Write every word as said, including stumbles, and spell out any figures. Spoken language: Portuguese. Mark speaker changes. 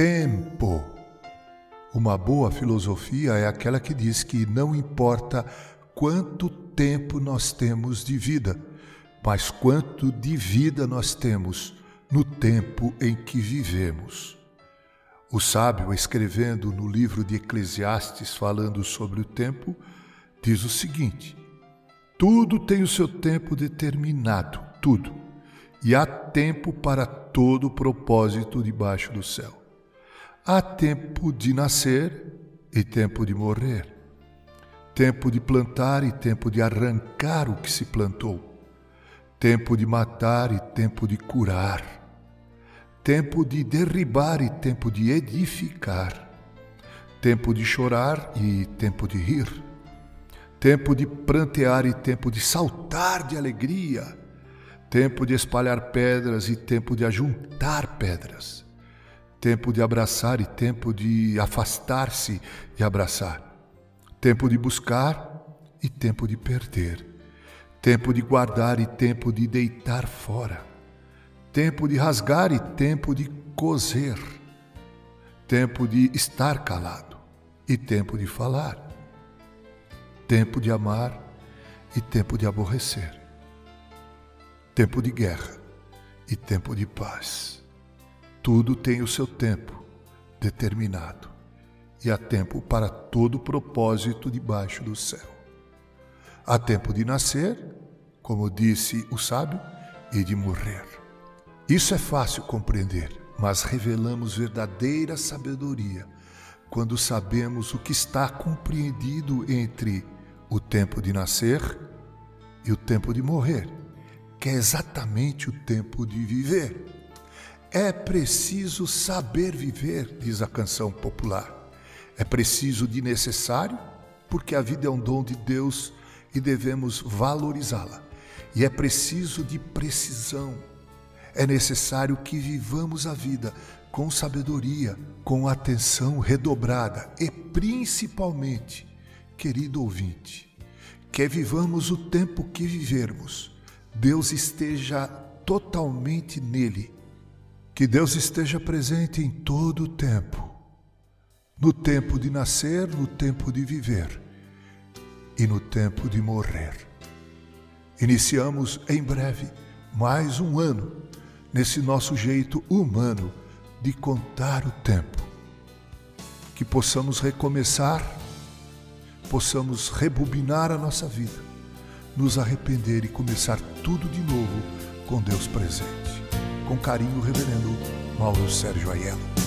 Speaker 1: tempo. Uma boa filosofia é aquela que diz que não importa quanto tempo nós temos de vida, mas quanto de vida nós temos no tempo em que vivemos. O sábio, escrevendo no livro de Eclesiastes, falando sobre o tempo, diz o seguinte: tudo tem o seu tempo determinado, tudo, e há tempo para todo propósito debaixo do céu. Há tempo de nascer e tempo de morrer, tempo de plantar e tempo de arrancar o que se plantou, tempo de matar e tempo de curar, tempo de derribar e tempo de edificar, tempo de chorar e tempo de rir, tempo de prantear e tempo de saltar de alegria, tempo de espalhar pedras e tempo de ajuntar pedras, tempo de abraçar e tempo de afastar-se e abraçar, tempo de buscar e tempo de perder, tempo de guardar e tempo de deitar fora, tempo de rasgar e tempo de coser, tempo de estar calado e tempo de falar, tempo de amar e tempo de aborrecer, tempo de guerra e tempo de paz. Tudo tem o seu tempo determinado e há tempo para todo propósito debaixo do céu. Há tempo de nascer, como disse o sábio, e de morrer. Isso é fácil compreender, mas revelamos verdadeira sabedoria quando sabemos o que está compreendido entre o tempo de nascer e o tempo de morrer, que é exatamente o tempo de viver. É preciso saber viver, diz a canção popular. É preciso de necessário, porque a vida é um dom de Deus e devemos valorizá-la. E é preciso de precisão. É necessário que vivamos a vida com sabedoria, com atenção redobrada e, principalmente, querido ouvinte, que vivamos o tempo que vivermos. Deus esteja totalmente nele. Que Deus esteja presente em todo o tempo, no tempo de nascer, no tempo de viver e no tempo de morrer. Iniciamos em breve mais um ano nesse nosso jeito humano de contar o tempo. Que possamos recomeçar, possamos rebobinar a nossa vida, nos arrepender e começar tudo de novo com Deus presente. Com carinho, Reverendo Mauro Sérgio Aiello.